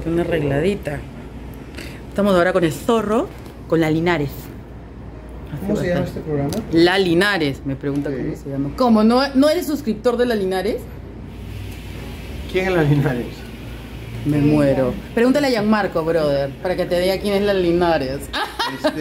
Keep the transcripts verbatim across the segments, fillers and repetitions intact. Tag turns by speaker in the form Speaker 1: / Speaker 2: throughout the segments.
Speaker 1: Una arregladita. Estamos ahora con el Zorro, con la Linares.
Speaker 2: ¿Cómo se llama este programa?
Speaker 1: La Linares, me pregunta
Speaker 2: Sí.
Speaker 1: cómo se llama. ¿Cómo? ¿No, ¿No eres suscriptor de la Linares?
Speaker 2: ¿Quién es la Linares?
Speaker 1: Me muero. Pregúntale a Gianmarco, brother, para que te diga quién es la Linares.
Speaker 2: Este...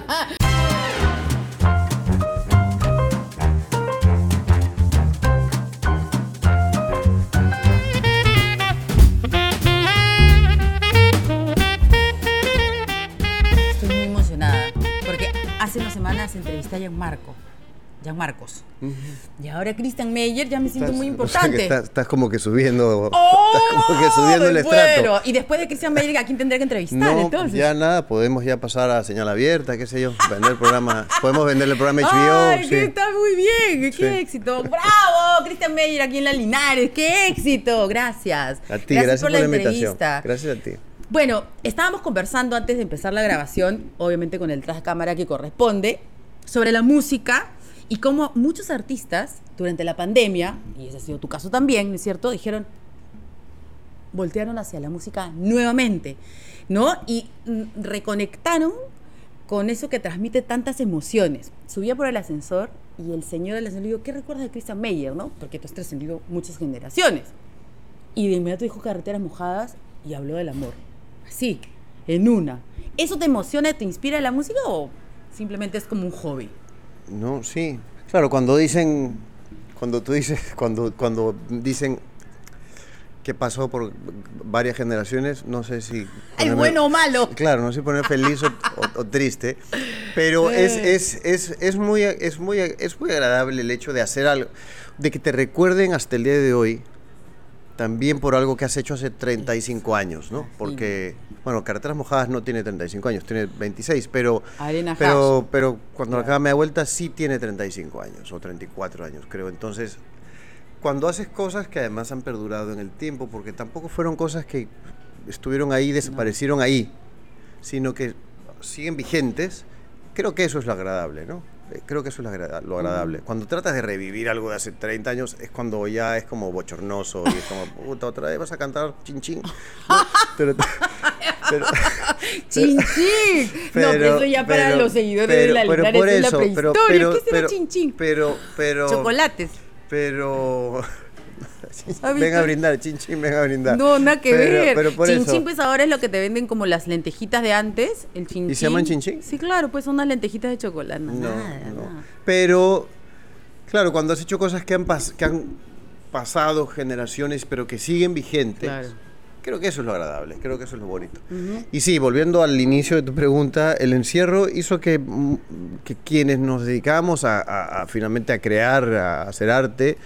Speaker 1: Estoy muy emocionada, porque hace unas semanas entrevisté a Gianmarco. Gianmarcos. Uh-huh. Y ahora Christian Meyer, ya me siento
Speaker 2: estás,
Speaker 1: muy importante.
Speaker 2: O sea que estás, estás como que subiendo.
Speaker 1: ¡Oh!
Speaker 2: Estás como que subiendo el estrato.
Speaker 1: Bueno, y después de Christian Meyer, ¿a quién tendré que entrevistar?
Speaker 2: No,
Speaker 1: entonces?
Speaker 2: ya nada, podemos ya pasar a señal abierta, qué sé yo, vender el programa. Podemos vender el programa H B O.
Speaker 1: Ay,
Speaker 2: sí.
Speaker 1: que está muy bien, qué
Speaker 2: Sí.
Speaker 1: éxito. ¡Bravo! Christian Meyer aquí en la Linares, qué éxito. Gracias.
Speaker 2: A ti, gracias, gracias por,
Speaker 1: por la,
Speaker 2: la
Speaker 1: entrevista.
Speaker 2: invitación. Gracias a ti.
Speaker 1: Bueno, estábamos conversando antes de empezar la grabación, obviamente con el tras cámara que corresponde, sobre la música y cómo muchos artistas durante la pandemia, y ese ha sido tu caso también, ¿no es cierto?, dijeron, voltearon hacia la música nuevamente, ¿no? Y mm, reconectaron con eso que transmite tantas emociones. Subía por el ascensor y el señor del ascensor le dijo, ¿qué recuerdas de Christian Meyer, no? Porque tú has trascendido muchas generaciones. Y de inmediato dijo Carreteras Mojadas y habló del amor. Así, en una. ¿Eso te emociona, te inspira la música o simplemente es como un hobby?
Speaker 2: No, sí. Claro, cuando dicen, cuando tú dices, cuando, cuando dicen que pasó por varias generaciones, no sé si...
Speaker 1: ¿Es
Speaker 2: ponerme,
Speaker 1: bueno o malo?
Speaker 2: Claro, no sé si poner feliz o, o, o triste, pero
Speaker 1: Sí.
Speaker 2: es, es, es, es, muy, es, muy, es muy agradable el hecho de hacer algo, de que te recuerden hasta el día de hoy, también por algo que has hecho hace treinta y cinco años, ¿no? Porque, bueno, Carreteras Mojadas no tiene treinta y cinco años, tiene veintiséis, pero
Speaker 1: Arena
Speaker 2: pero,
Speaker 1: Hash.
Speaker 2: pero cuando acaba media vuelta sí tiene treinta y cinco años, o treinta y cuatro años, creo. Entonces, cuando haces cosas que además han perdurado en el tiempo, porque tampoco fueron cosas que estuvieron ahí, desaparecieron no. ahí, sino que siguen vigentes, creo que eso es lo agradable, ¿no? Creo que eso es lo agradable. Uh-huh. Cuando tratas de revivir algo de hace treinta años, es cuando ya es como bochornoso y es como, puta, otra vez vas a cantar chin chin. ¿No? Pero, pero,
Speaker 1: chin chin.
Speaker 2: Pero,
Speaker 1: no, pero eso ya para
Speaker 2: pero,
Speaker 1: los seguidores
Speaker 2: pero,
Speaker 1: de la
Speaker 2: pero
Speaker 1: Linares
Speaker 2: por
Speaker 1: es
Speaker 2: eso,
Speaker 1: la prehistoria.
Speaker 2: Pero, pero,
Speaker 1: ¿Qué será
Speaker 2: pero,
Speaker 1: chin chin?
Speaker 2: Pero, pero...
Speaker 1: Chocolates.
Speaker 2: Pero... Ven a brindar, chin chin, ven a brindar.
Speaker 1: No, nada que
Speaker 2: pero,
Speaker 1: ver.
Speaker 2: Pero por
Speaker 1: chin
Speaker 2: eso.
Speaker 1: chin pues ahora es lo que te venden como las lentejitas de antes, el chin chin.
Speaker 2: ¿Y se llaman chin chin?
Speaker 1: Sí, claro, pues son unas lentejitas de chocolate. No,
Speaker 2: no,
Speaker 1: nada,
Speaker 2: no.
Speaker 1: nada.
Speaker 2: Pero, claro, cuando has hecho cosas que han, pas que han pasado generaciones, pero que siguen vigentes, claro. Creo que eso es lo agradable, creo que eso es lo bonito. Uh-huh. Y sí, volviendo al inicio de tu pregunta, el encierro hizo que, que quienes nos dedicamos a, a, a finalmente a crear, a hacer arte,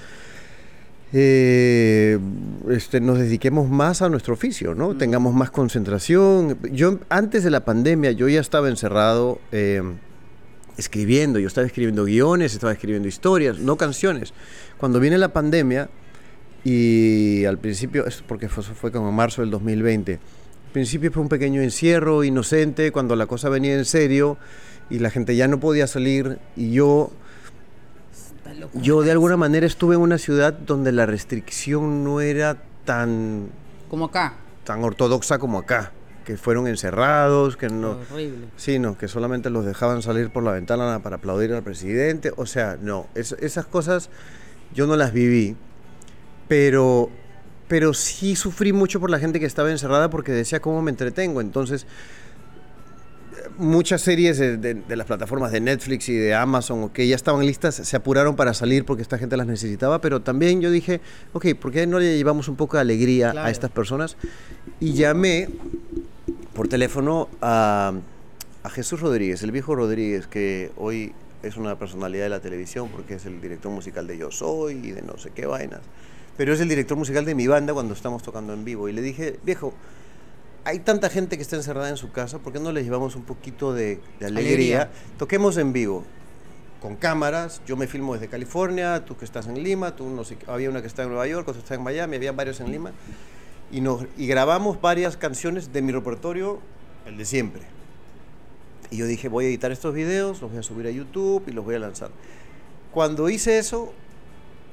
Speaker 2: Eh, este, nos dediquemos más a nuestro oficio, ¿no? Mm. Tengamos más concentración. Yo, antes de la pandemia, yo ya estaba encerrado eh, escribiendo. Yo estaba escribiendo guiones, estaba escribiendo historias, no canciones. Cuando viene la pandemia, y al principio, esto porque fue, fue como en marzo del dos mil veinte, al principio fue un pequeño encierro inocente, cuando la cosa venía en serio, y la gente ya no podía salir, y yo... Yo de alguna manera estuve en una ciudad donde la restricción no era tan...
Speaker 1: Como acá.
Speaker 2: Tan ortodoxa como acá, que fueron encerrados, que no...
Speaker 1: Horrible.
Speaker 2: Sí, no, que solamente los dejaban salir por la ventana para aplaudir al presidente. O sea, no, es, esas cosas yo no las viví, pero, pero sí sufrí mucho por la gente que estaba encerrada porque decía cómo me entretengo. Entonces... Muchas series de, de, de las plataformas de Netflix y de Amazon que ya estaban listas se apuraron para salir porque esta gente las necesitaba, pero también yo dije, ok, ¿por qué no le llevamos un poco de alegría claro. a estas personas? Y llamé por teléfono a, a Jesús Rodríguez, el viejo Rodríguez, que hoy es una personalidad de la televisión porque es el director musical de Yo Soy y de no sé qué vainas, pero es el director musical de mi banda cuando estamos tocando en vivo. Y le dije, viejo, hay tanta gente que está encerrada en su casa, ¿por qué no les llevamos un poquito de, de alegría? alegría? Toquemos en vivo, con cámaras, yo me filmo desde California, tú que estás en Lima, tú no sé, había una que está en Nueva York, otra está en Miami, había varios en Lima, y, nos, y grabamos varias canciones de mi repertorio, el de siempre. Y yo dije, voy a editar estos videos, los voy a subir a YouTube y los voy a lanzar. Cuando hice eso,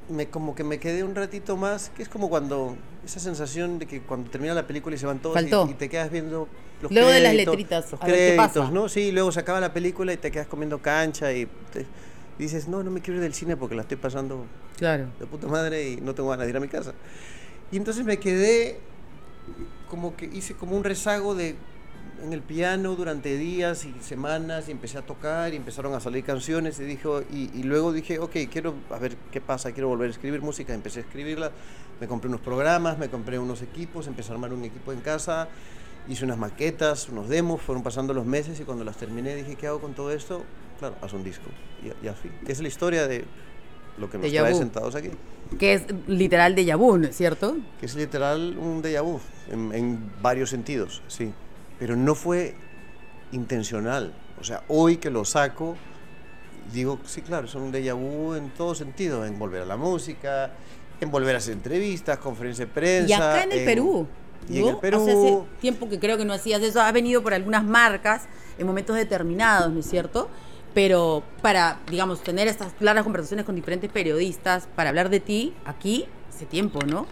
Speaker 2: me, como que me quedé un ratito más, que es como cuando, esa sensación de que cuando termina la película y se van todos y, y te quedas viendo los
Speaker 1: luego
Speaker 2: créditos,
Speaker 1: de las letritas,
Speaker 2: los
Speaker 1: a ver qué pasa.
Speaker 2: créditos, ¿no? Sí, luego se acaba la película y te quedas comiendo cancha y, te, y dices, no, no me quiero ir del cine porque la estoy pasando
Speaker 1: claro.
Speaker 2: de puta madre y no tengo ganas de ir a mi casa. Y entonces me quedé, como que hice como un rezago de en el piano durante días y semanas y empecé a tocar y empezaron a salir canciones y, dijo, y, y luego dije, ok, quiero a ver qué pasa, quiero volver a escribir música, empecé a escribirla, me compré unos programas, me compré unos equipos, empecé a armar un equipo en casa, hice unas maquetas, unos demos, fueron pasando los meses y cuando las terminé dije, ¿qué hago con todo esto? Claro, haz un disco y, y así, que es la historia de lo que nos trae sentados aquí.
Speaker 1: Que es literal déjà vu, ¿no es cierto?
Speaker 2: Que es literal un déjà vu, en, en varios sentidos, sí. Pero no fue intencional. O sea, hoy que lo saco, digo, sí, claro, es un déjà vu en todo sentido, en volver a la música, en volver a hacer entrevistas, conferencias de prensa.
Speaker 1: Y acá en el
Speaker 2: en,
Speaker 1: Perú, ¿no?
Speaker 2: Y en el Perú.
Speaker 1: Hace, hace tiempo que creo que no hacías eso, has venido por algunas marcas en momentos determinados, ¿no es cierto? Pero para, digamos, tener estas largas conversaciones con diferentes periodistas, para hablar de ti, aquí, hace tiempo, ¿no?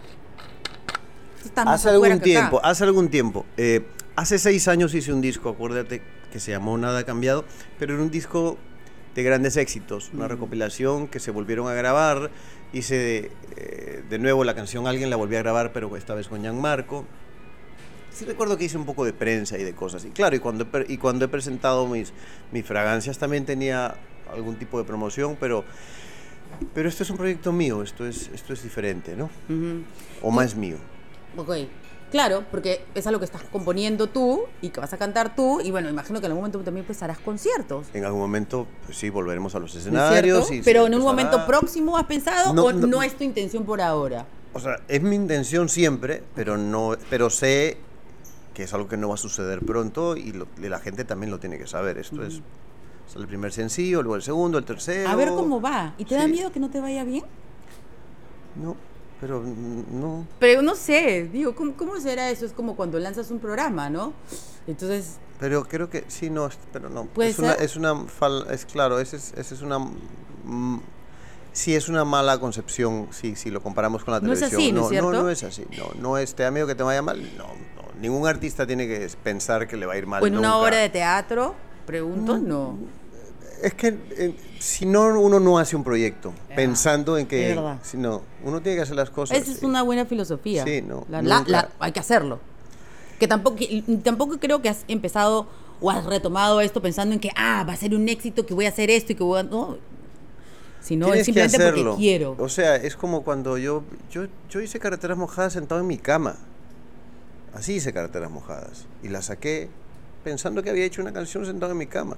Speaker 2: Hace algún tiempo, hace algún tiempo. Eh, Hace seis años hice un disco, acuérdate, que se llamó Nada ha cambiado, pero era un disco de grandes éxitos, una recopilación que se volvieron a grabar. Hice eh, de nuevo la canción Alguien, la volví a grabar, pero esta vez con Gianmarco. Sí recuerdo que hice un poco de prensa y de cosas. Y claro, y cuando he, y cuando he presentado mis, mis fragancias también tenía algún tipo de promoción, pero, pero esto es un proyecto mío, esto es, esto es diferente, ¿no? Uh-huh. O más mío.
Speaker 1: Ok. Claro, porque es algo que estás componiendo tú y que vas a cantar tú y bueno, imagino que en algún momento también pues harás conciertos.
Speaker 2: En algún momento, pues sí, volveremos a los escenarios. Y
Speaker 1: pero en un momento próximo has pensado
Speaker 2: no,
Speaker 1: o
Speaker 2: no,
Speaker 1: no es tu intención por ahora.
Speaker 2: O sea, es mi intención siempre, pero no, pero sé que es algo que no va a suceder pronto y, lo, y la gente también lo tiene que saber. Esto uh-huh. es, es el primer sencillo, luego el segundo, el tercero.
Speaker 1: A ver cómo va. ¿Y te
Speaker 2: sí.
Speaker 1: da miedo que no te vaya bien?
Speaker 2: No. Pero no.
Speaker 1: Pero no sé, digo, ¿cómo, ¿cómo será eso? Es como cuando lanzas un programa, ¿no? Entonces.
Speaker 2: Pero creo que sí, no, pero no.
Speaker 1: ¿Puede
Speaker 2: es
Speaker 1: ser?
Speaker 2: una, es una fal, es claro, esa es, ese es una. Mm, sí, es una mala concepción, sí, si lo comparamos con la
Speaker 1: no
Speaker 2: televisión.
Speaker 1: Es así, ¿no,
Speaker 2: no,
Speaker 1: es cierto?
Speaker 2: no, no es así. No, no es, te da miedo que te vaya mal. No, no. Ningún artista tiene que pensar que le va a ir mal.
Speaker 1: O en
Speaker 2: nunca.
Speaker 1: Una obra de teatro, pregunto, no. no.
Speaker 2: Es que eh, si no, uno no hace un proyecto ah, pensando en que... Si no, uno tiene que hacer las cosas.
Speaker 1: Esa es una buena filosofía.
Speaker 2: Sí, no.
Speaker 1: La, la, la, hay que hacerlo. Que tampoco, que, tampoco creo que has empezado o has retomado esto pensando en que, ah, va a ser un éxito, que voy a hacer esto y que voy a... No, sino
Speaker 2: Tienes
Speaker 1: es simplemente
Speaker 2: que hacerlo.
Speaker 1: Porque quiero.
Speaker 2: O sea, es como cuando yo, yo, yo hice Carreteras Mojadas sentado en mi cama. Así hice Carreteras Mojadas. Y la saqué pensando que había hecho una canción sentado en mi cama.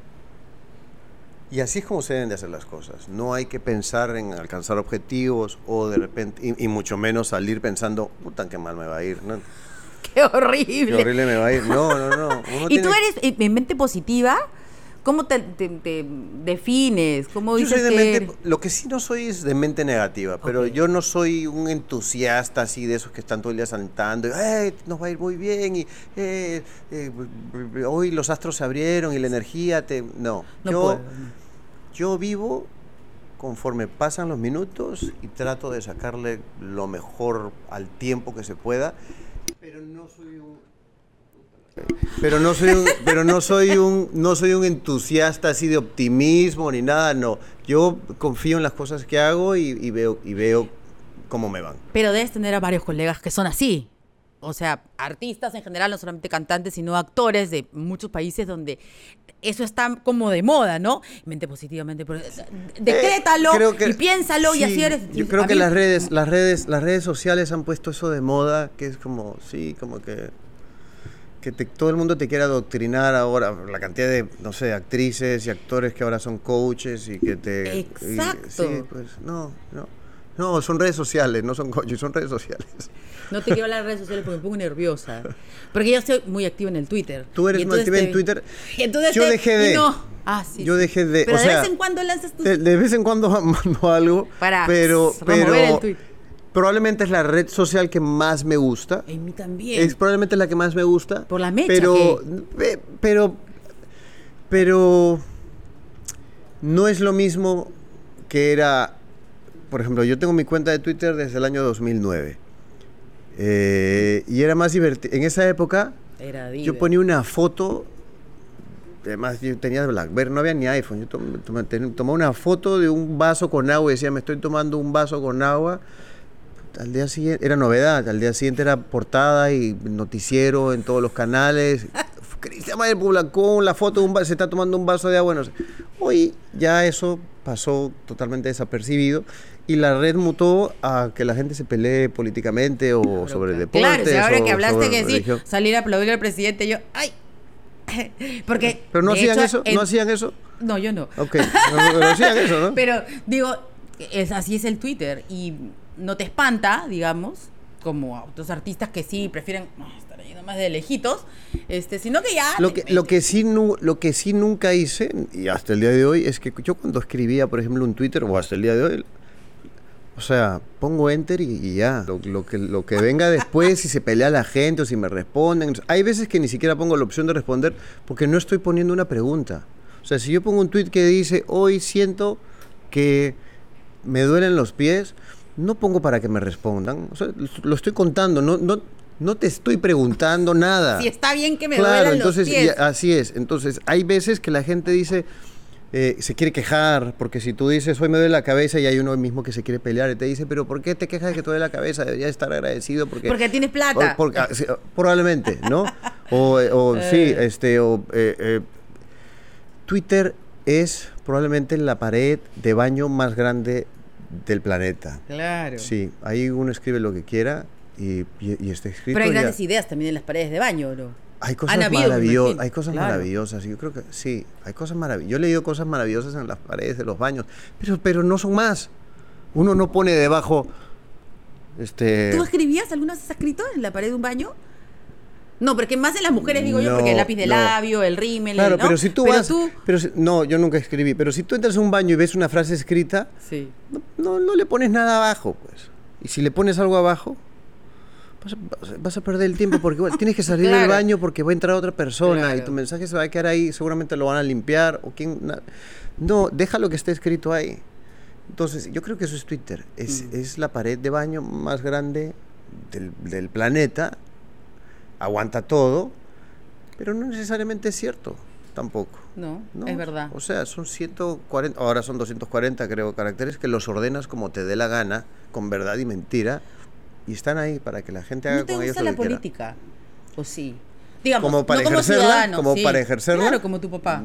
Speaker 2: Y así es como se deben de hacer las cosas. No hay que pensar en alcanzar objetivos o de repente, y, y mucho menos salir pensando, puta, qué mal me va a ir, ¿no?
Speaker 1: ¡Qué horrible!
Speaker 2: ¡Qué horrible me va a ir! No, no, no. Uno
Speaker 1: ¿Y
Speaker 2: tiene...
Speaker 1: tú eres en mente positiva? ¿Cómo te, te, te defines? ¿Cómo
Speaker 2: yo
Speaker 1: dices
Speaker 2: soy de
Speaker 1: que
Speaker 2: mente, lo que sí no soy es de mente negativa, pero okay. yo no soy un entusiasta así de esos que están todo el día saltando, ¡eh, nos va a ir muy bien! Y eh, eh, hoy los astros se abrieron y la energía te... No,
Speaker 1: no
Speaker 2: yo,
Speaker 1: puedo.
Speaker 2: yo vivo conforme pasan los minutos y trato de sacarle lo mejor al tiempo que se pueda, pero no soy un... Pero no soy un, pero no soy un, no soy un entusiasta así de optimismo ni nada, no. Yo confío en las cosas que hago y, y veo y veo cómo me van.
Speaker 1: Pero debes tener a varios colegas que son así. O sea, artistas en general, no solamente cantantes, sino actores de muchos países donde eso está como de moda, ¿no? Mente positivamente, decrétalo eh, que, y piénsalo sí, y así eres.
Speaker 2: Yo creo que mí, las redes, las redes, las redes sociales han puesto eso de moda, que es como, sí, como que que te, todo el mundo te quiere adoctrinar ahora, la cantidad de, no sé, actrices y actores que ahora son coaches y que te...
Speaker 1: Exacto.
Speaker 2: Y, sí, pues no, no, no, son redes sociales, no son coaches, son redes sociales.
Speaker 1: No te quiero hablar de redes sociales porque me pongo nerviosa, porque yo estoy muy activa en el Twitter.
Speaker 2: Tú eres muy activa
Speaker 1: te,
Speaker 2: en Twitter,
Speaker 1: entonces
Speaker 2: yo
Speaker 1: te,
Speaker 2: dejé de...
Speaker 1: No. Ah, sí,
Speaker 2: yo
Speaker 1: sí.
Speaker 2: dejé de...
Speaker 1: Pero
Speaker 2: o
Speaker 1: de
Speaker 2: sea,
Speaker 1: vez en cuando lanzas tus...
Speaker 2: De, de vez en cuando mando algo,
Speaker 1: para
Speaker 2: pero,
Speaker 1: remover
Speaker 2: pero,
Speaker 1: el Twitter.
Speaker 2: Probablemente es la red social que más me gusta.
Speaker 1: En mí también.
Speaker 2: Es probablemente la que más me gusta.
Speaker 1: Por la mecha.
Speaker 2: Pero, ¿qué? pero, pero no es lo mismo que era por ejemplo, yo tengo mi cuenta de Twitter desde el año dos mil nueve. Eh, y era más divertido. En esa época,
Speaker 1: Era
Speaker 2: yo
Speaker 1: diver.
Speaker 2: ponía una foto. Además, yo tenía BlackBerry, no había ni iPhone. Yo tom- tom- ten- tomaba una foto de un vaso con agua y decía, me estoy tomando un vaso con agua. Al día siguiente, era novedad, al día siguiente era portada y noticiero en todos los canales. Cristian Mayer publicó la foto de un vaso, se está tomando un vaso de agua, no sé. Hoy ya eso pasó totalmente desapercibido y la red mutó a que la gente se pelee políticamente o
Speaker 1: Claro,
Speaker 2: sobre
Speaker 1: claro.
Speaker 2: deportes.
Speaker 1: Claro, si ahora
Speaker 2: o
Speaker 1: que hablaste
Speaker 2: sobre
Speaker 1: que sí,
Speaker 2: religión.
Speaker 1: salir a aplaudir al presidente, yo, ¡ay! Porque.
Speaker 2: Pero no
Speaker 1: de
Speaker 2: hacían
Speaker 1: hecho,
Speaker 2: eso,
Speaker 1: en-
Speaker 2: no hacían eso.
Speaker 1: No, yo no.
Speaker 2: Ok, no, pero hacían eso, ¿no?
Speaker 1: Pero digo, es, así es el Twitter y no te espanta, digamos, como a otros artistas que sí prefieren ah, estar yendo más de lejitos, este, sino que ya...
Speaker 2: Lo
Speaker 1: te
Speaker 2: que, lo,
Speaker 1: metes.
Speaker 2: que sí nu- lo que sí nunca hice, y hasta el día de hoy, es que yo cuando escribía, por ejemplo, un Twitter, o hasta el día de hoy, o sea, pongo enter y, y ya. Lo, lo que, lo que venga después, si se pelea la gente o si me responden. Hay veces que ni siquiera pongo la opción de responder porque no estoy poniendo una pregunta. O sea, si yo pongo un tweet que dice, hoy siento que me duelen los pies, no pongo para que me respondan. O sea, lo estoy contando, no, no, no te estoy preguntando nada.
Speaker 1: Si está bien que me
Speaker 2: Claro,
Speaker 1: duelan
Speaker 2: entonces,
Speaker 1: los pies.
Speaker 2: y así es. Entonces, hay veces que la gente dice, eh, se quiere quejar, porque si tú dices, hoy me duele la cabeza, y hay uno mismo que se quiere pelear y te dice, pero ¿por qué te quejas de que te duele la cabeza? Deberías estar agradecido porque...
Speaker 1: Porque tienes plata.
Speaker 2: Por- porque- ah, sí, probablemente, ¿no? O, eh, o sí,
Speaker 1: Eh.
Speaker 2: este, o... eh, eh, Twitter es probablemente la pared de baño más grande del planeta.
Speaker 1: Claro.
Speaker 2: Sí, ahí uno escribe lo que quiera y, y, y está escrito.
Speaker 1: Pero hay
Speaker 2: ya.
Speaker 1: grandes ideas también en las paredes de baño, ¿no?
Speaker 2: Hay cosas
Speaker 1: Han habido, me
Speaker 2: maravillosas,
Speaker 1: imagino.
Speaker 2: hay cosas
Speaker 1: Claro.
Speaker 2: maravillosas. Yo creo que sí, hay cosas maravillosas. Yo he leído cosas maravillosas en las paredes de los baños, pero, pero no son más. Uno no pone debajo, este.
Speaker 1: ¿Tú escribías? ¿Alguna vez has escrito en la pared de un baño? No, porque más en las mujeres digo yo, porque el
Speaker 2: No,
Speaker 1: lápiz de
Speaker 2: no.
Speaker 1: labio, el rímel,
Speaker 2: Claro,
Speaker 1: ¿no?
Speaker 2: pero si tú
Speaker 1: pero
Speaker 2: vas,
Speaker 1: tú...
Speaker 2: pero si- no, yo nunca escribí. Pero si tú entras a un baño y ves una frase escrita,
Speaker 1: Sí.
Speaker 2: no, no, no le pones nada abajo, pues. Y si le pones algo abajo, vas a, vas a- vas a perder el tiempo porque bueno, tienes que salir del
Speaker 1: Claro.
Speaker 2: baño porque va a entrar otra persona
Speaker 1: Claro.
Speaker 2: y tu mensaje se va a quedar ahí, seguramente lo van a limpiar o quién. na- No, deja lo que esté escrito ahí. Entonces, yo creo que eso es Twitter. Es,
Speaker 1: Mm.
Speaker 2: es la pared de baño más grande del, del planeta. Aguanta todo, pero no necesariamente es cierto tampoco.
Speaker 1: No,
Speaker 2: ¿no?
Speaker 1: es verdad.
Speaker 2: O sea, son ciento cuarenta, ahora son doscientos cuarenta creo, caracteres que los ordenas como te dé la gana, con verdad y mentira, y están ahí para que la gente haga
Speaker 1: ¿No te
Speaker 2: con ellos
Speaker 1: gusta
Speaker 2: lo
Speaker 1: la
Speaker 2: que quiera.
Speaker 1: política? ¿O sí? Digamos,
Speaker 2: Como para
Speaker 1: no como
Speaker 2: ejercerla,
Speaker 1: ciudadano,
Speaker 2: como
Speaker 1: sí.
Speaker 2: para ejercerla.
Speaker 1: Claro, como tu papá.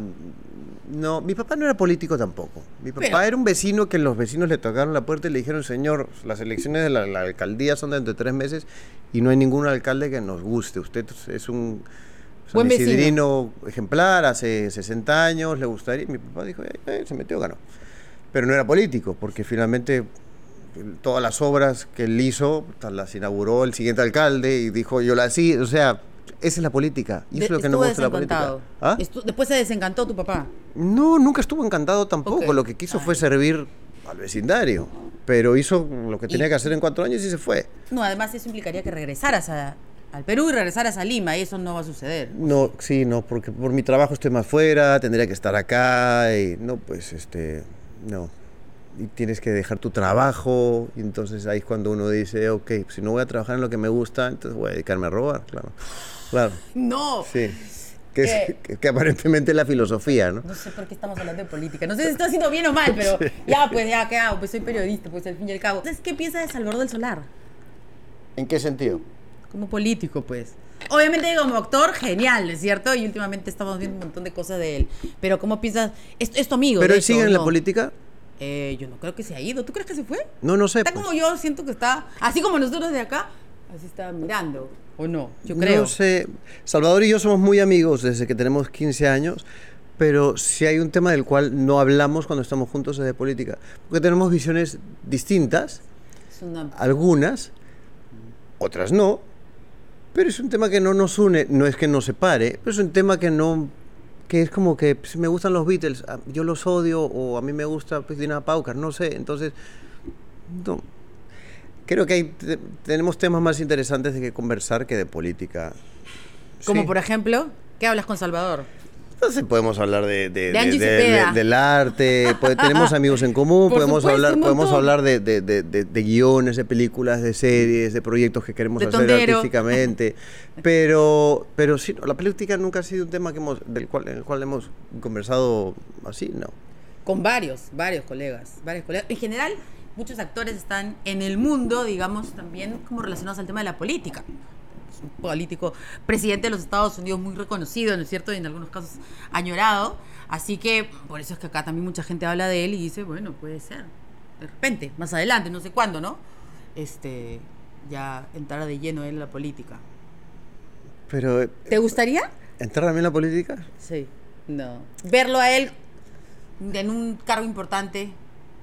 Speaker 2: No, mi papá no era político tampoco. Mi papá
Speaker 1: Pero-
Speaker 2: era un vecino que los vecinos le tocaron la puerta y le dijeron, señor, las elecciones de la, la alcaldía son dentro de tres meses y no hay ningún alcalde que nos guste. Usted es un
Speaker 1: Buen vecino.
Speaker 2: isidrino ejemplar, hace sesenta años, le gustaría. Mi papá dijo, "Eh, eh", se metió, ganó. Pero no era político, porque finalmente todas las obras que él hizo las inauguró el siguiente alcalde y dijo, yo las sí, o sea, esa es la política. Y eso es lo que no
Speaker 1: Estuvo
Speaker 2: me gusta de la política.
Speaker 1: desencantado.
Speaker 2: ¿Ah?
Speaker 1: Estu- Después se desencantó tu papá.
Speaker 2: No, nunca estuvo encantado tampoco.
Speaker 1: Ok.
Speaker 2: Lo que quiso
Speaker 1: Ah.
Speaker 2: fue servir al vecindario. Pero hizo lo que tenía
Speaker 1: Y-
Speaker 2: que hacer en cuatro años y se fue.
Speaker 1: No, además eso implicaría que regresaras a, al Perú y regresaras a Lima, y eso no va a suceder.
Speaker 2: No, sí, no, porque por mi trabajo estoy más fuera, tendría que estar acá y no, pues, este, no. Y tienes que dejar tu trabajo y entonces ahí es cuando uno dice, ok, si no voy a trabajar en lo que me gusta, entonces voy a dedicarme a robar, claro. Claro,
Speaker 1: No.
Speaker 2: sí. Que, es-
Speaker 1: Eh.
Speaker 2: que, que aparentemente es la filosofía, ¿no?
Speaker 1: No sé por qué estamos hablando de política. No sé si estoy haciendo bien o mal, pero ya, pues, ya, ¿qué hago? Pues soy periodista, pues al fin y al cabo. Entonces, ¿qué piensas de Salvador del Solar?
Speaker 2: ¿En qué sentido?
Speaker 1: Como político, pues. Obviamente como actor, genial, ¿es cierto? Y últimamente estamos viendo un montón de cosas de él. Pero ¿cómo piensas? Es, es tu amigo.
Speaker 2: ¿Pero
Speaker 1: de
Speaker 2: él sigue
Speaker 1: hecho,
Speaker 2: en la
Speaker 1: ¿no?
Speaker 2: política?
Speaker 1: Eh, yo no creo que se ha ido. ¿Tú crees que se fue?
Speaker 2: No, no sé.
Speaker 1: Está
Speaker 2: pues.
Speaker 1: como yo, siento que está, así como nosotros de acá, así está mirando. ¿O no? Yo creo.
Speaker 2: No sé. Salvador y yo somos muy amigos desde que tenemos quince años, pero si hay un tema del cual no hablamos cuando estamos juntos es de política. Porque tenemos visiones distintas,
Speaker 1: Es una...
Speaker 2: algunas, otras no, pero es un tema que no nos une, no es que nos separe, pero es un tema que no... que es como que pues, me gustan los Beatles, ah, yo los odio, o a mí me gusta pues, Dina Paucar, no sé, entonces... No. Creo que hay, te- tenemos temas más interesantes de que conversar que de política.
Speaker 1: Como
Speaker 2: Sí.
Speaker 1: por ejemplo, ¿qué hablas con Salvador?
Speaker 2: Entonces podemos hablar de, de,
Speaker 1: De Angie
Speaker 2: de- de-
Speaker 1: Cepeda.
Speaker 2: de- del arte, pues, tenemos amigos en común,
Speaker 1: Por
Speaker 2: podemos
Speaker 1: supuesto,
Speaker 2: hablar,
Speaker 1: un
Speaker 2: podemos
Speaker 1: montón.
Speaker 2: hablar de, de- de- de- de guiones, de películas, de series, de proyectos que queremos
Speaker 1: De
Speaker 2: hacer
Speaker 1: tondero.
Speaker 2: artísticamente. Pero, pero sí, no, la política nunca ha sido un tema que hemos, del cual, en el cual hemos conversado así, no.
Speaker 1: Con varios, varios colegas, varios colegas. En general, muchos actores están en el mundo, digamos, también como relacionados al tema de la política. Es un político, presidente de los Estados Unidos muy reconocido, ¿no es cierto? Y en algunos casos añorado. Así que por eso es que acá también mucha gente habla de él y dice, bueno, puede ser. De repente, más adelante, no sé cuándo, ¿no? Este, ya entrara de lleno él en la política.
Speaker 2: Pero, eh,
Speaker 1: ¿Te gustaría?
Speaker 2: ¿entrar a mí en la política?
Speaker 1: Sí. No. Verlo a él en un cargo importante.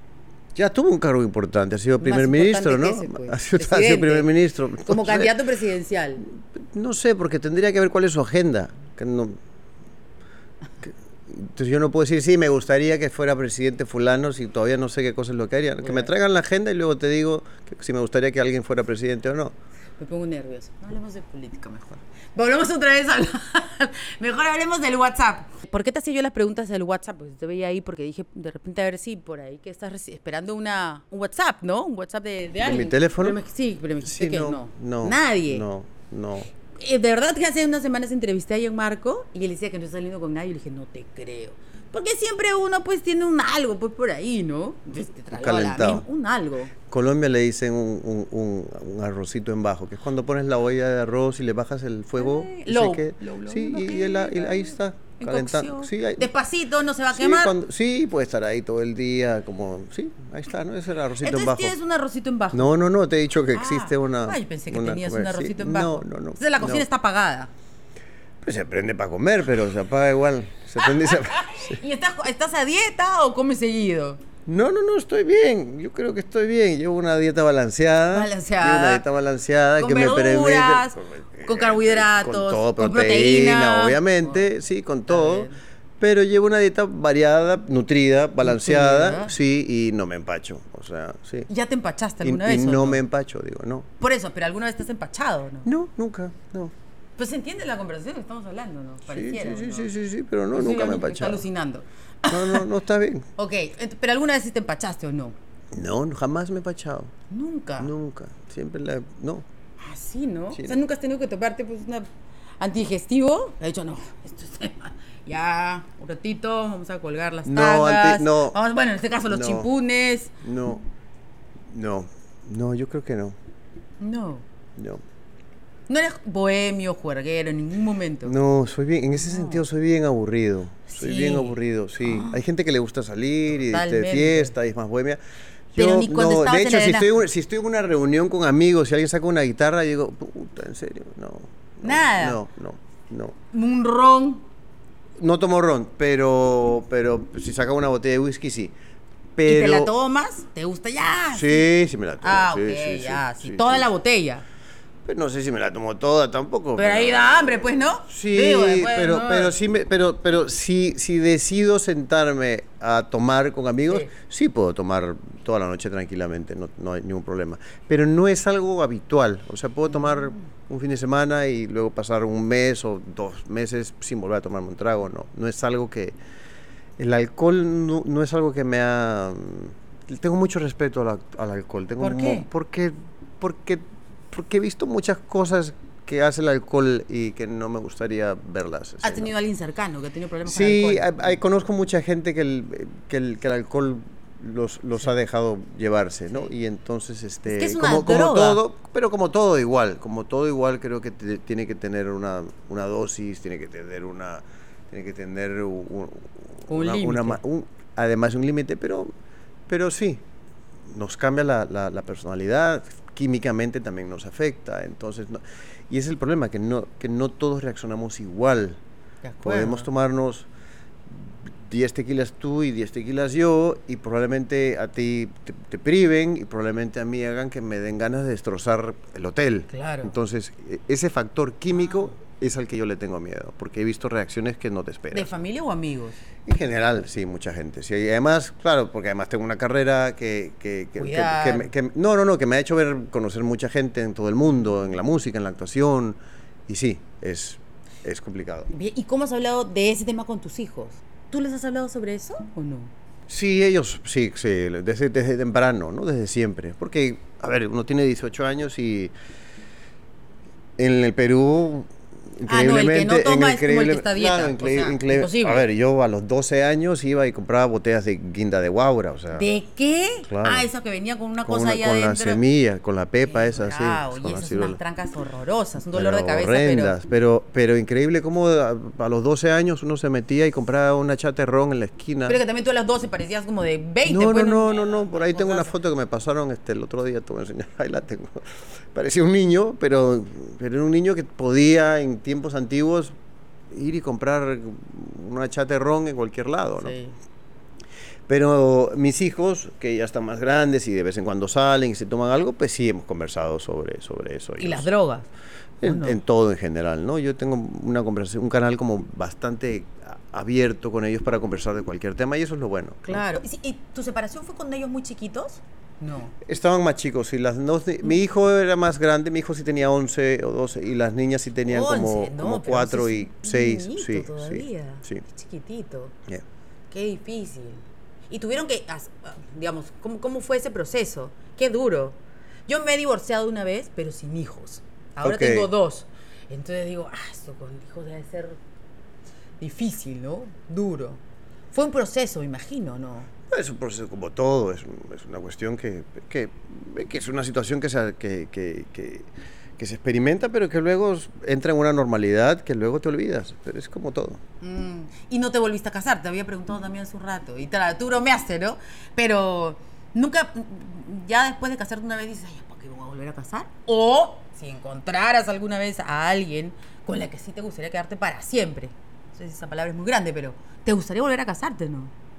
Speaker 2: Ya tuvo un cargo importante, ha sido
Speaker 1: Más
Speaker 2: primer ministro,
Speaker 1: importante
Speaker 2: ¿no?
Speaker 1: que ese, pues.
Speaker 2: Ha sido, ha sido
Speaker 1: Presidente.
Speaker 2: primer ministro.
Speaker 1: Como
Speaker 2: No sé.
Speaker 1: candidato presidencial.
Speaker 2: No sé, porque tendría que ver cuál es su agenda. Que no- que- entonces yo no puedo decir, sí, me gustaría que fuera presidente fulano si todavía no sé qué cosa es lo que haría. Que me
Speaker 1: Bueno.
Speaker 2: traigan la agenda y luego te digo que si me gustaría que alguien fuera presidente o no.
Speaker 1: Me pongo nerviosa. No hablemos de política mejor. Volvemos otra vez a hablar. Mejor hablemos del WhatsApp. ¿Por qué te hacía yo las preguntas del WhatsApp? Pues te veía ahí porque dije, de repente, a ver si por ahí que estás reci- esperando una, un WhatsApp, ¿no? Un WhatsApp de, de alguien.
Speaker 2: mi teléfono?
Speaker 1: Pero me- sí, pero me dijiste
Speaker 2: Sí,
Speaker 1: que
Speaker 2: no,
Speaker 1: no.
Speaker 2: no.
Speaker 1: Nadie.
Speaker 2: No, no.
Speaker 1: Eh, de verdad que hace unas semanas entrevisté a Gianmarco y él decía que no está saliendo con nadie. Y le dije, no te creo. Porque siempre uno pues tiene un algo pues por ahí, ¿no? Entonces, te traigo a la
Speaker 2: calentado.
Speaker 1: misma- un algo.
Speaker 2: Colombia le dicen un, un- un- un arrocito en bajo, que es cuando pones la olla de arroz y le bajas el fuego.
Speaker 1: Eh,
Speaker 2: y
Speaker 1: low,
Speaker 2: se que-
Speaker 1: low, low,
Speaker 2: sí,
Speaker 1: no
Speaker 2: y, y él-
Speaker 1: queda,
Speaker 2: y ahí está,
Speaker 1: en
Speaker 2: calentando.
Speaker 1: cocción.
Speaker 2: Sí, ahí-
Speaker 1: Despacito, no se va a
Speaker 2: sí,
Speaker 1: quemar.
Speaker 2: cuando- sí, puede estar ahí todo el día, como, sí, ahí está, ¿no? Es el arrocito
Speaker 1: Entonces
Speaker 2: en bajo.
Speaker 1: tienes un arrocito en bajo.
Speaker 2: No, no, no, te he dicho que
Speaker 1: Ah.
Speaker 2: existe una...
Speaker 1: Ay, pensé que
Speaker 2: una-
Speaker 1: tenías un
Speaker 2: sí,
Speaker 1: arrocito en bajo.
Speaker 2: No, no, no.
Speaker 1: Entonces la cocina
Speaker 2: no.
Speaker 1: está apagada.
Speaker 2: Pues se prende para comer, pero se apaga igual. Se prende y se apaga.
Speaker 1: ¿Y estás, estás a dieta o comes seguido?
Speaker 2: No, no, no, estoy bien. Yo creo que estoy bien. Llevo una dieta balanceada.
Speaker 1: Balanceada.
Speaker 2: Llevo una dieta balanceada
Speaker 1: Con
Speaker 2: que me
Speaker 1: verduras,
Speaker 2: permite...
Speaker 1: con carbohidratos,
Speaker 2: Con todo,
Speaker 1: con
Speaker 2: proteína,
Speaker 1: proteína.
Speaker 2: obviamente,
Speaker 1: Con-
Speaker 2: sí, con
Speaker 1: Está
Speaker 2: todo.
Speaker 1: bien.
Speaker 2: Pero llevo una dieta variada, nutrida, balanceada,
Speaker 1: Nutrida.
Speaker 2: sí, y no me empacho. O sea, sí.
Speaker 1: ¿Ya te empachaste
Speaker 2: Y,
Speaker 1: alguna
Speaker 2: y
Speaker 1: vez o
Speaker 2: no
Speaker 1: no?
Speaker 2: me empacho, digo, no.
Speaker 1: Por eso, pero alguna vez estás empachado, ¿no?
Speaker 2: No, nunca, no.
Speaker 1: Pues se entiende la conversación que estamos hablando, ¿no?
Speaker 2: Sí,
Speaker 1: Pareciera,
Speaker 2: sí, sí,
Speaker 1: ¿no?
Speaker 2: sí, sí, sí, pero no,
Speaker 1: Yo soy
Speaker 2: nunca
Speaker 1: la
Speaker 2: me he
Speaker 1: única que está
Speaker 2: empachado.
Speaker 1: alucinando.
Speaker 2: No, no, no está bien.
Speaker 1: Ok, ent- pero alguna vez sí te empachaste o no.
Speaker 2: No, jamás me he empachado.
Speaker 1: Nunca.
Speaker 2: Nunca. Siempre la... No.
Speaker 1: Ah, sí, ¿no?
Speaker 2: Sí,
Speaker 1: o sea,
Speaker 2: no.
Speaker 1: nunca has tenido que tomarte pues una antidigestivo. He dicho, no, esto es ya, un ratito, vamos a colgar las
Speaker 2: No,
Speaker 1: tangas.
Speaker 2: anti- no.
Speaker 1: Vamos- bueno, en este caso los
Speaker 2: No.
Speaker 1: chimpunes.
Speaker 2: No. No. No, yo creo que no.
Speaker 1: No.
Speaker 2: No.
Speaker 1: No eres bohemio, juerguero en ningún momento.
Speaker 2: No, soy bien, en ese sentido soy bien aburrido. Soy
Speaker 1: Sí.
Speaker 2: bien aburrido, sí. Hay gente que le gusta salir y de
Speaker 1: Totalmente.
Speaker 2: fiesta y es más bohemia.
Speaker 1: Pero
Speaker 2: Yo,
Speaker 1: ni cuando
Speaker 2: no,
Speaker 1: estabas
Speaker 2: de
Speaker 1: en
Speaker 2: hecho,
Speaker 1: la
Speaker 2: si
Speaker 1: arena.
Speaker 2: estoy, en- si estoy en una reunión con amigos y alguien saca una guitarra, digo, puta, en serio, no. no,
Speaker 1: Nada.
Speaker 2: No, no, no.
Speaker 1: Un ron.
Speaker 2: No tomo ron, pero, pero si saca una botella de whisky, sí.
Speaker 1: Y
Speaker 2: Pero,
Speaker 1: te la tomas, te gusta ya.
Speaker 2: Sí, sí me la tomo.
Speaker 1: Ah,
Speaker 2: sí,
Speaker 1: ok,
Speaker 2: sí,
Speaker 1: ya.
Speaker 2: sí,
Speaker 1: sí,
Speaker 2: sí,
Speaker 1: toda
Speaker 2: sí.
Speaker 1: la botella.
Speaker 2: Pues no sé si me la tomo toda tampoco.
Speaker 1: Pero ahí da hambre, pues, ¿no?
Speaker 2: Sí,
Speaker 1: Digo, después,
Speaker 2: pero,
Speaker 1: ¿no?
Speaker 2: pero sí, me, pero, pero si, si decido sentarme a tomar con amigos,
Speaker 1: Sí.
Speaker 2: sí, puedo tomar toda la noche tranquilamente, no, no hay ningún problema. Pero no es algo habitual. O sea, puedo tomar un fin de semana y luego pasar un mes o dos meses sin volver a tomarme un trago. No, no es algo que... El alcohol no, no es algo que me ha... Tengo mucho respeto al, al alcohol. Tengo
Speaker 1: ¿Por
Speaker 2: mo-
Speaker 1: qué?
Speaker 2: Porque, porque, porque he visto muchas cosas que hace el alcohol y que no me gustaría verlas.
Speaker 1: ¿Has
Speaker 2: así,
Speaker 1: tenido
Speaker 2: ¿no?
Speaker 1: alguien cercano que ha tenido problemas
Speaker 2: Sí,
Speaker 1: con el alcohol?
Speaker 2: hay- hay- conozco mucha gente que el, que el, que el alcohol los, los ha dejado llevarse, ¿no? Y entonces, este,
Speaker 1: Es que es una
Speaker 2: como, como
Speaker 1: droga.
Speaker 2: todo, pero como todo igual, como todo igual creo que te- tiene que tener una, una dosis, tiene que tener una, tiene que tener un, un-
Speaker 1: Un
Speaker 2: una-
Speaker 1: límite.
Speaker 2: una ma- un- además un límite, pero, pero sí, nos cambia la, la, la personalidad, químicamente también nos afecta, entonces, no, y ese es el problema, que no, que no todos reaccionamos igual.
Speaker 1: De acuerdo.
Speaker 2: Podemos tomarnos diez tequilas tú y diez tequilas yo y probablemente a ti te, te priven y probablemente a mí hagan que me den ganas de destrozar el hotel.
Speaker 1: Claro.
Speaker 2: Entonces, e- ese factor químico es al que yo le tengo miedo, porque he visto reacciones que no te esperas.
Speaker 1: ¿De familia o amigos?
Speaker 2: En general, sí, mucha gente. Sí, y además, claro, porque además tengo una carrera que... que, que, que-
Speaker 1: Cuidar.
Speaker 2: que me- que- no, no, no, que me ha hecho ver, conocer mucha gente en todo el mundo, en la música, en la actuación, y sí, es... es complicado.
Speaker 1: Bien, ¿y cómo has hablado de ese tema con tus hijos? ¿Tú les has hablado sobre eso o no?
Speaker 2: Sí, ellos, sí, sí, desde, desde temprano, ¿no? Desde siempre. Porque, a ver, uno tiene dieciocho años y en el Perú,
Speaker 1: Ah, no, el que no
Speaker 2: increíblemente...
Speaker 1: toma
Speaker 2: en
Speaker 1: es como el que
Speaker 2: increíble-
Speaker 1: está a dieta,
Speaker 2: claro,
Speaker 1: o
Speaker 2: increíble-
Speaker 1: sea,
Speaker 2: increíble-
Speaker 1: imposible.
Speaker 2: A ver, yo a los doce años iba y compraba botellas de guinda de guaura, o sea...
Speaker 1: ¿De qué?
Speaker 2: Claro.
Speaker 1: Ah, esa que venía con una
Speaker 2: con,
Speaker 1: cosa
Speaker 2: una-
Speaker 1: ahí
Speaker 2: con
Speaker 1: adentro.
Speaker 2: la semilla, con la pepa
Speaker 1: Qué
Speaker 2: esa, sí.
Speaker 1: bravo,
Speaker 2: con
Speaker 1: y
Speaker 2: la
Speaker 1: esas son
Speaker 2: ciruela.
Speaker 1: unas trancas horrorosas, un dolor
Speaker 2: Pero
Speaker 1: de cabeza,
Speaker 2: horrendas,
Speaker 1: pero...
Speaker 2: pero... pero increíble cómo a, a los doce años uno se metía y compraba una chata de ron en la esquina.
Speaker 1: Pero que también tú a las doce parecías como de veinte.
Speaker 2: No, no,
Speaker 1: pues,
Speaker 2: no, no, no, por ahí tengo una
Speaker 1: cosas.
Speaker 2: foto que me pasaron este, el otro día, te voy a enseñar, ahí la tengo. Parecía un niño, pero, pero era un niño que podía en tiempos antiguos ir y comprar una chata de ron en cualquier lado, ¿no?
Speaker 1: Sí.
Speaker 2: Pero mis hijos, que ya están más grandes y de vez en cuando salen y se toman algo, pues sí hemos conversado sobre, sobre eso.
Speaker 1: ¿Y
Speaker 2: ellos.
Speaker 1: las drogas? ¿O
Speaker 2: En,
Speaker 1: no?
Speaker 2: en todo en general, ¿no? Yo tengo una conversación, un canal como bastante a- abierto con ellos para conversar de cualquier tema y eso es lo bueno, ¿no?
Speaker 1: Claro. ¿Y, si- y tu separación fue con ellos muy chiquitos? No.
Speaker 2: Estaban más chicos y las dos, ni- mi hijo era más grande, mi hijo sí tenía once o doce y las niñas sí tenían como,
Speaker 1: once, no,
Speaker 2: como
Speaker 1: pero
Speaker 2: cuatro
Speaker 1: ese
Speaker 2: y
Speaker 1: es un
Speaker 2: seis,
Speaker 1: niñito
Speaker 2: sí,
Speaker 1: todavía.
Speaker 2: sí, sí.
Speaker 1: Qué chiquitito.
Speaker 2: Yeah.
Speaker 1: Qué difícil. Y tuvieron que, as- digamos, ¿cómo, ¿cómo fue ese proceso? Qué duro. Yo me he divorciado una vez, pero sin hijos. Ahora
Speaker 2: Ok.
Speaker 1: tengo dos. Entonces digo, ah, esto con hijos debe ser difícil, ¿no? Duro. Fue un proceso, me imagino, ¿no?
Speaker 2: Es un proceso como todo, es, un- es una cuestión que, que, que es una situación que se, que, que, que, que se experimenta, pero que luego entra en una normalidad que luego te olvidas, pero es como todo.
Speaker 1: Mm, Y no te volviste a casar, te había preguntado también hace un rato. Y claro, tú bromeaste, ¿no? Pero nunca, ya después de casarte una vez dices, ay, ¿para qué me voy a volver a casar? O si encontraras alguna vez a alguien con la que sí te gustaría quedarte para siempre. No sé si esa palabra es muy grande, pero ¿te gustaría volver a casarte, no?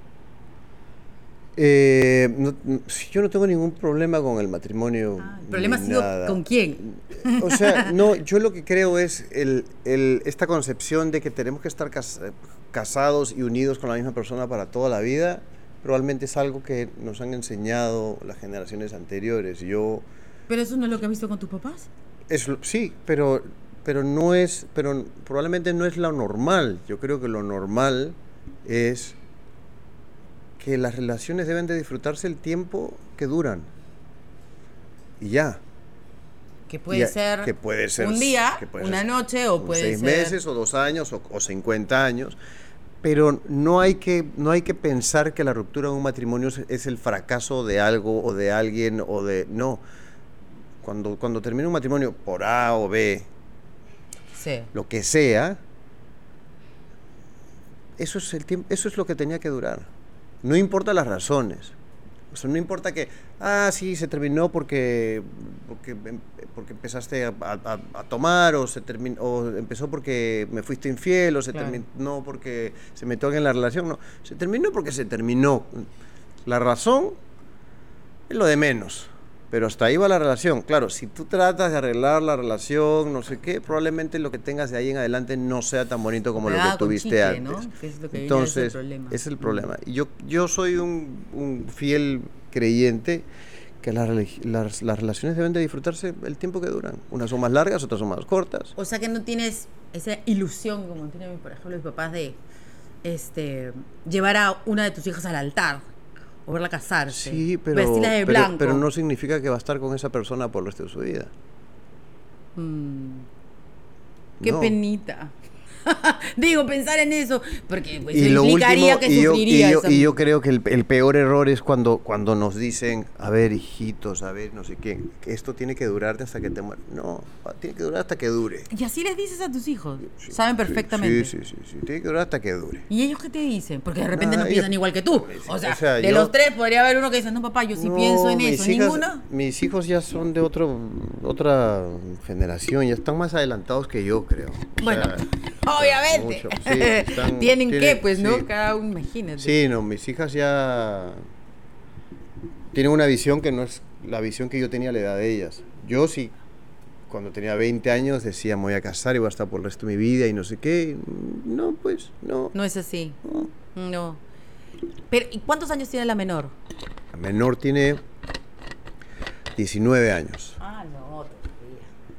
Speaker 2: Eh, no- n- yo no tengo ningún problema con el matrimonio.
Speaker 1: Ah, el problema ha
Speaker 2: ni
Speaker 1: sido
Speaker 2: nada.
Speaker 1: con quién.
Speaker 2: O sea, no, yo lo que creo es el, el- esta concepción de que tenemos que estar cas- casados y unidos con la misma persona para toda la vida, probablemente es algo que nos han enseñado las generaciones anteriores. Yo,
Speaker 1: Pero eso no es lo que has visto con tus papás.
Speaker 2: es, lo- sí, pero, pero no es, pero probablemente no es lo normal. Yo creo que lo normal es que las relaciones deben de disfrutarse el tiempo que duran. Y ya.
Speaker 1: Que puede
Speaker 2: Y a-
Speaker 1: ser,
Speaker 2: que puede ser
Speaker 1: un día,
Speaker 2: que puede
Speaker 1: una
Speaker 2: ser
Speaker 1: noche o
Speaker 2: unos
Speaker 1: puede
Speaker 2: seis
Speaker 1: ser...
Speaker 2: meses o dos años o, o cincuenta años, pero no hay que no hay que pensar que la ruptura de un matrimonio es, es el fracaso de algo o de alguien o de no. Cuando cuando termina un matrimonio por A o B,
Speaker 1: Sí.
Speaker 2: lo que sea, eso es el tiempo, eso es lo que tenía que durar. No importa las razones. O sea, no importa que, ah, sí, se terminó porque, porque, em- porque empezaste a, a- a tomar, o, se terminó, o empezó porque me fuiste infiel, o se
Speaker 1: Claro.
Speaker 2: terminó porque se metió alguien en la relación. No, se terminó porque se terminó. La razón es lo de menos. Pero hasta ahí va la relación. Claro, si tú tratas de arreglar la relación, no sé qué, probablemente lo que tengas de ahí en adelante no sea tan bonito como lo
Speaker 1: Pegada
Speaker 2: que
Speaker 1: con
Speaker 2: tuviste
Speaker 1: chicle,
Speaker 2: antes.
Speaker 1: ¿no? Que es lo que viene
Speaker 2: Entonces,
Speaker 1: a ser el problema.
Speaker 2: es el problema. Y yo, yo soy un, un fiel creyente que las, religi- las, las relaciones deben de disfrutarse el tiempo que duran. Unas son más largas, otras son más cortas.
Speaker 1: O sea que no tienes esa ilusión como tienen, por ejemplo, mis papás de este llevar a una de tus hijas al altar o verla casarse.
Speaker 2: Sí, pero,
Speaker 1: vestirla de
Speaker 2: pero,
Speaker 1: blanco.
Speaker 2: pero no significa que va a estar con esa persona por el resto de su vida.
Speaker 1: Mm, qué
Speaker 2: No.
Speaker 1: penita. Digo, pensar en eso, porque pues,
Speaker 2: Y
Speaker 1: eso
Speaker 2: lo
Speaker 1: implicaría
Speaker 2: último,
Speaker 1: que
Speaker 2: y yo,
Speaker 1: sufriría
Speaker 2: y yo,
Speaker 1: esa-
Speaker 2: y yo creo que el, el peor error es cuando, cuando nos dicen, a ver, hijitos, a ver, no sé qué, que esto tiene que durarte hasta que te mueras. No, tiene que durar hasta que dure.
Speaker 1: Y así les dices a tus hijos.
Speaker 2: Sí,
Speaker 1: Saben
Speaker 2: sí,
Speaker 1: perfectamente.
Speaker 2: Sí, sí, sí, sí, tiene que durar hasta que dure.
Speaker 1: ¿Y ellos qué te dicen? Porque de repente
Speaker 2: Nada,
Speaker 1: no
Speaker 2: ellos-
Speaker 1: piensan igual que tú.
Speaker 2: Sí,
Speaker 1: O sea,
Speaker 2: o sea,
Speaker 1: de
Speaker 2: yo-
Speaker 1: los tres podría haber uno que dice, no papá, yo sí
Speaker 2: No,
Speaker 1: pienso en
Speaker 2: mis
Speaker 1: eso.
Speaker 2: hijas-
Speaker 1: ¿Ninguno?
Speaker 2: Mis hijos ya son de otro, otra generación, ya están más adelantados que yo, creo. O
Speaker 1: Bueno,
Speaker 2: sea,
Speaker 1: obviamente.
Speaker 2: mucho, sí, están-
Speaker 1: Tienen que,
Speaker 2: tienen-
Speaker 1: pues, ¿no?
Speaker 2: sí.
Speaker 1: Cada uno, imagínate.
Speaker 2: Sí, no, mis hijas ya tienen una visión que no es la visión que yo tenía a la edad de ellas. Yo sí, cuando tenía veinte años decía, me voy a casar y voy a estar por el resto de mi vida y no sé qué. No, pues, no.
Speaker 1: No es así.
Speaker 2: no.
Speaker 1: No. Pero, ¿y cuántos años tiene la menor?
Speaker 2: La menor tiene diecinueve años.
Speaker 1: Ah, no, todavía.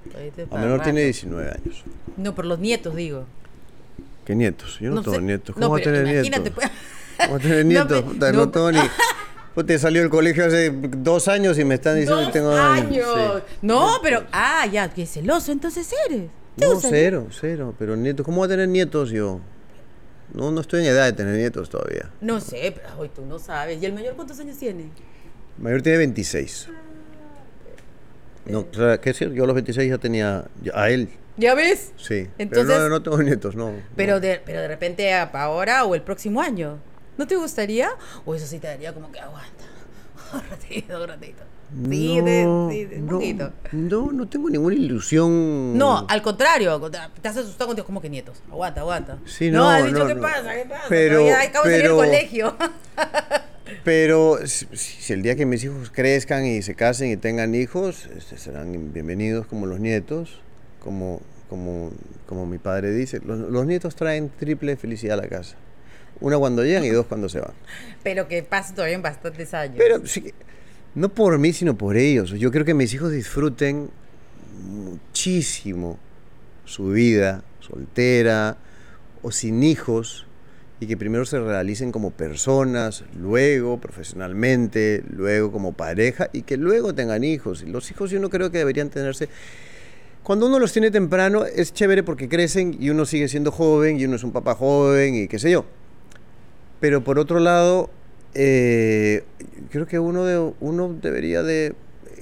Speaker 2: La menor tiene diecinueve años.
Speaker 1: No, por los nietos, digo.
Speaker 2: ¿Qué nietos? Yo no, no tengo sé. nietos. ¿Cómo
Speaker 1: no,
Speaker 2: va a tener
Speaker 1: imagínate,
Speaker 2: nietos? ¿Cómo va a tener nietos? No, no, no tengo ni... Pues te salió del colegio hace dos años y me están diciendo que tengo
Speaker 1: años. Sí. No, pero... Ah, ya, qué celoso entonces eres.
Speaker 2: No, cero, cero. Pero nietos, ¿cómo va a tener nietos yo? No, no estoy en edad de tener nietos todavía.
Speaker 1: No sé, pero hoy tú no sabes. ¿Y el mayor cuántos años tiene?
Speaker 2: El mayor tiene veintiséis. No, o sea, ¿qué es cierto? Yo a los veintiséis ya tenía a él.
Speaker 1: ¿Ya ves?
Speaker 2: Sí.
Speaker 1: Entonces,
Speaker 2: pero no, no tengo nietos, no.
Speaker 1: Pero,
Speaker 2: no.
Speaker 1: De, pero de repente ahora o el próximo año. ¿No te gustaría? O eso sí te daría como que aguanta. Un ratito, un ratito. Sí,
Speaker 2: no,
Speaker 1: de, sí, de un
Speaker 2: no,
Speaker 1: poquito.
Speaker 2: No, no tengo ninguna ilusión.
Speaker 1: No, al contrario, te has asustado contigo como que nietos. Aguanta, aguanta.
Speaker 2: Sí,
Speaker 1: no,
Speaker 2: no,
Speaker 1: has dicho,
Speaker 2: no,
Speaker 1: ¿qué
Speaker 2: no.
Speaker 1: pasa? ¿Qué pasa?
Speaker 2: Pero,
Speaker 1: ya acabo de salir del colegio.
Speaker 2: Pero si, si el día que mis hijos crezcan y se casen y tengan hijos, este, serán bienvenidos como los nietos, como, como, como mi padre dice. Los, los nietos traen triple felicidad a la casa. Una cuando llegan y dos cuando se van.
Speaker 1: Pero que pasen todavía en bastantes años.
Speaker 2: Pero sí, no por mí, sino por ellos. Yo creo que mis hijos disfruten muchísimo su vida soltera o sin hijos y que primero se realicen como personas, luego profesionalmente, luego como pareja y que luego tengan hijos. Y los hijos yo no creo que deberían tenerse... Cuando uno los tiene temprano es chévere porque crecen y uno sigue siendo joven y uno es un papá joven y qué sé yo. Pero por otro lado, eh, creo que uno, de, uno debería de,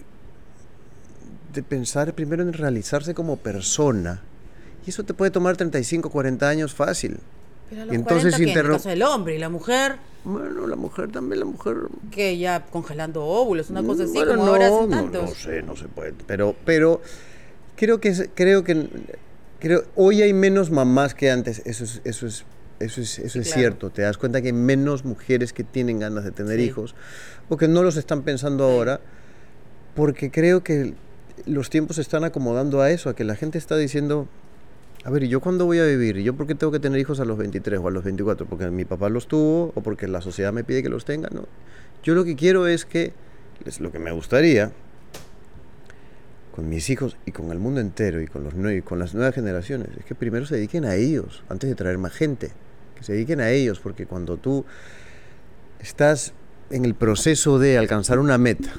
Speaker 2: de pensar primero en realizarse como persona. Y eso te puede tomar treinta y cinco, cuarenta años fácil.
Speaker 1: Pero a los
Speaker 2: y entonces
Speaker 1: cuarenta,
Speaker 2: interno...
Speaker 1: en el caso del hombre y la mujer...
Speaker 2: Bueno, la mujer también, la mujer...
Speaker 1: Que ya congelando óvulos, una cosa así,
Speaker 2: bueno,
Speaker 1: como
Speaker 2: no,
Speaker 1: ahora hacen
Speaker 2: no,
Speaker 1: tantos.
Speaker 2: no sé, no se puede. Pero, pero creo que, creo que creo, hoy hay menos mamás que antes. Eso es, eso es, eso es, eso
Speaker 1: sí,
Speaker 2: es
Speaker 1: claro.
Speaker 2: cierto. Te das cuenta que hay menos mujeres que tienen ganas de tener
Speaker 1: sí.
Speaker 2: hijos o que no los están pensando sí. ahora, porque creo que los tiempos se están acomodando a eso, a que la gente está diciendo... A ver, ¿y yo cuándo voy a vivir? ¿Y yo por qué tengo que tener hijos a los veintitrés o a los veinticuatro? ¿Porque mi papá los tuvo o porque la sociedad me pide que los tenga? No. Yo lo que quiero es que, es lo que me gustaría, con mis hijos y con el mundo entero y con, los nue- y con las nuevas generaciones, es que primero se dediquen a ellos, antes de traer más gente. Que se dediquen a ellos, porque cuando tú estás en el proceso de alcanzar una meta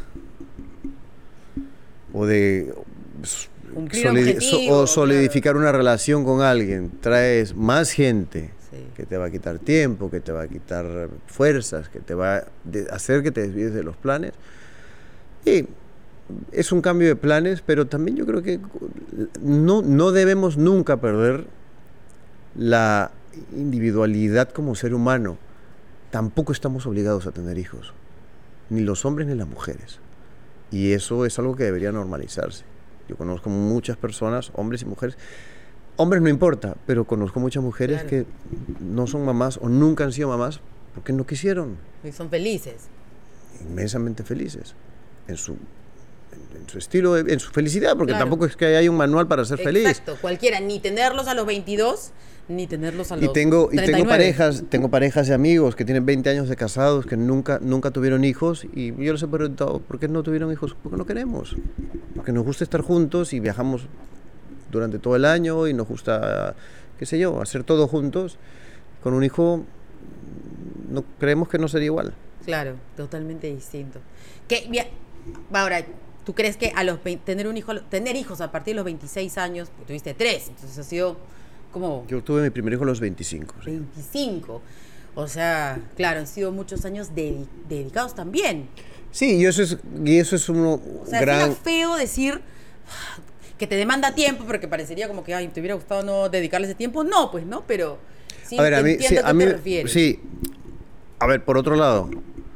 Speaker 2: o de... Solid, so, o solidificar claro. una relación con alguien, traes más gente sí. que te va a quitar tiempo, que te va a quitar fuerzas, que te va a hacer que te desvíes de los planes. Y es un cambio de planes, pero también yo creo que no, no debemos nunca perder la individualidad como ser humano. Tampoco estamos obligados a tener hijos, ni los hombres ni las mujeres. Y eso es algo que debería normalizarse. Yo conozco muchas personas, hombres y mujeres. Hombres no importa, pero conozco muchas mujeres claro. que no son mamás o nunca han sido mamás porque no quisieron.
Speaker 1: Y son felices.
Speaker 2: Inmensamente felices. En su, en, en su estilo, en su felicidad, porque
Speaker 1: claro.
Speaker 2: tampoco es que haya un manual para ser
Speaker 1: Exacto.
Speaker 2: feliz.
Speaker 1: Exacto, cualquiera, ni tenerlos a los veintidós, ni tenerlos a los
Speaker 2: y tengo,
Speaker 1: treinta y nueve.
Speaker 2: Y tengo parejas, tengo parejas de amigos que tienen veinte años de casados, que nunca, nunca tuvieron hijos, y yo les he preguntado, ¿por qué no tuvieron hijos? Porque no queremos. Porque nos gusta estar juntos y viajamos durante todo el año y nos gusta, qué sé yo, hacer todo juntos. Con un hijo no creemos que no sería igual.
Speaker 1: Claro, totalmente distinto. ¿Qué, ahora, ¿tú crees que a los tener un hijo, tener hijos a partir de los veintiséis años, porque tuviste tres, entonces ha sido como...
Speaker 2: Yo tuve mi primer hijo a los veinticinco. Sí.
Speaker 1: veinticinco. O sea, claro, han sido muchos años de, dedicados también.
Speaker 2: Sí, y eso es, y eso es uno
Speaker 1: o sea,
Speaker 2: gran...
Speaker 1: es feo decir que te demanda tiempo, porque parecería como que, ay, ¿te hubiera gustado no dedicarle ese tiempo? No, pues no, pero sí
Speaker 2: a ver, a mí,
Speaker 1: entiendo
Speaker 2: sí,
Speaker 1: a qué
Speaker 2: a mí,
Speaker 1: te refieres.
Speaker 2: Sí, a ver, por otro lado,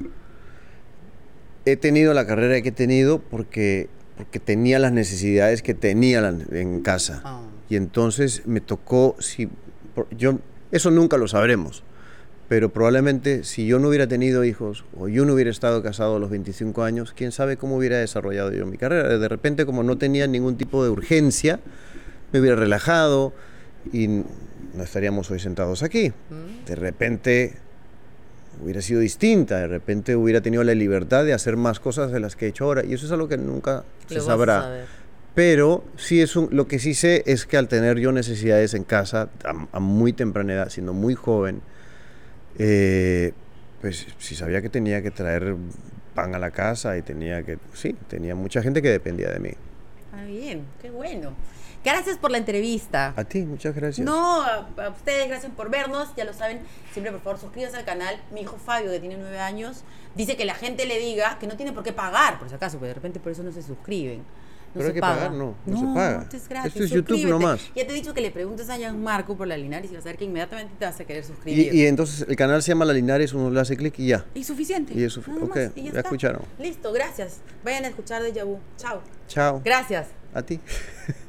Speaker 2: he tenido la carrera que he tenido porque, porque tenía las necesidades que tenía en casa. Oh. Y entonces me tocó, si, yo, eso nunca lo sabremos, pero probablemente si yo no hubiera tenido hijos o yo no hubiera estado casado a los veinticinco años, quién sabe cómo hubiera desarrollado yo mi carrera. De repente, como no tenía ningún tipo de urgencia, me hubiera relajado y no estaríamos hoy sentados aquí. Mm. De repente hubiera sido distinta, de repente hubiera tenido la libertad de hacer más cosas de las que he hecho ahora, y eso es algo que nunca lo se sabrá. Pero sí es un, lo que sí sé es que al tener yo necesidades en casa, a, a muy temprana edad, siendo muy joven, eh, pues sí sabía que tenía que traer pan a la casa y tenía que, sí, tenía mucha gente que dependía de mí.
Speaker 1: Ah, bien, qué bueno. Gracias por la entrevista.
Speaker 2: A ti, muchas gracias.
Speaker 1: No, a, a ustedes, gracias por vernos. Ya lo saben, siempre por favor suscríbanse al canal. Mi hijo Fabio, que tiene nueve años, dice que la gente le diga que no tiene por qué pagar, por si acaso, porque de repente por eso no se suscriben. No
Speaker 2: Pero
Speaker 1: se
Speaker 2: hay que
Speaker 1: paga.
Speaker 2: pagar, no, no,
Speaker 1: no
Speaker 2: se paga.
Speaker 1: Esto es gratis.
Speaker 2: Esto es YouTube
Speaker 1: suscríbete.
Speaker 2: nomás.
Speaker 1: Ya te he dicho que le preguntes a Gianmarco por la Linares y vas a ver que inmediatamente te vas a querer suscribir.
Speaker 2: Y, y entonces el canal se llama La Linares, uno le hace clic y ya.
Speaker 1: Y suficiente.
Speaker 2: Y es sufi-
Speaker 1: Nada
Speaker 2: ok,
Speaker 1: más, y ya
Speaker 2: ya
Speaker 1: está.
Speaker 2: escucharon.
Speaker 1: Listo, gracias. Vayan a escuchar Deja Vu. Chao.
Speaker 2: Chao.
Speaker 1: Gracias.
Speaker 2: A ti.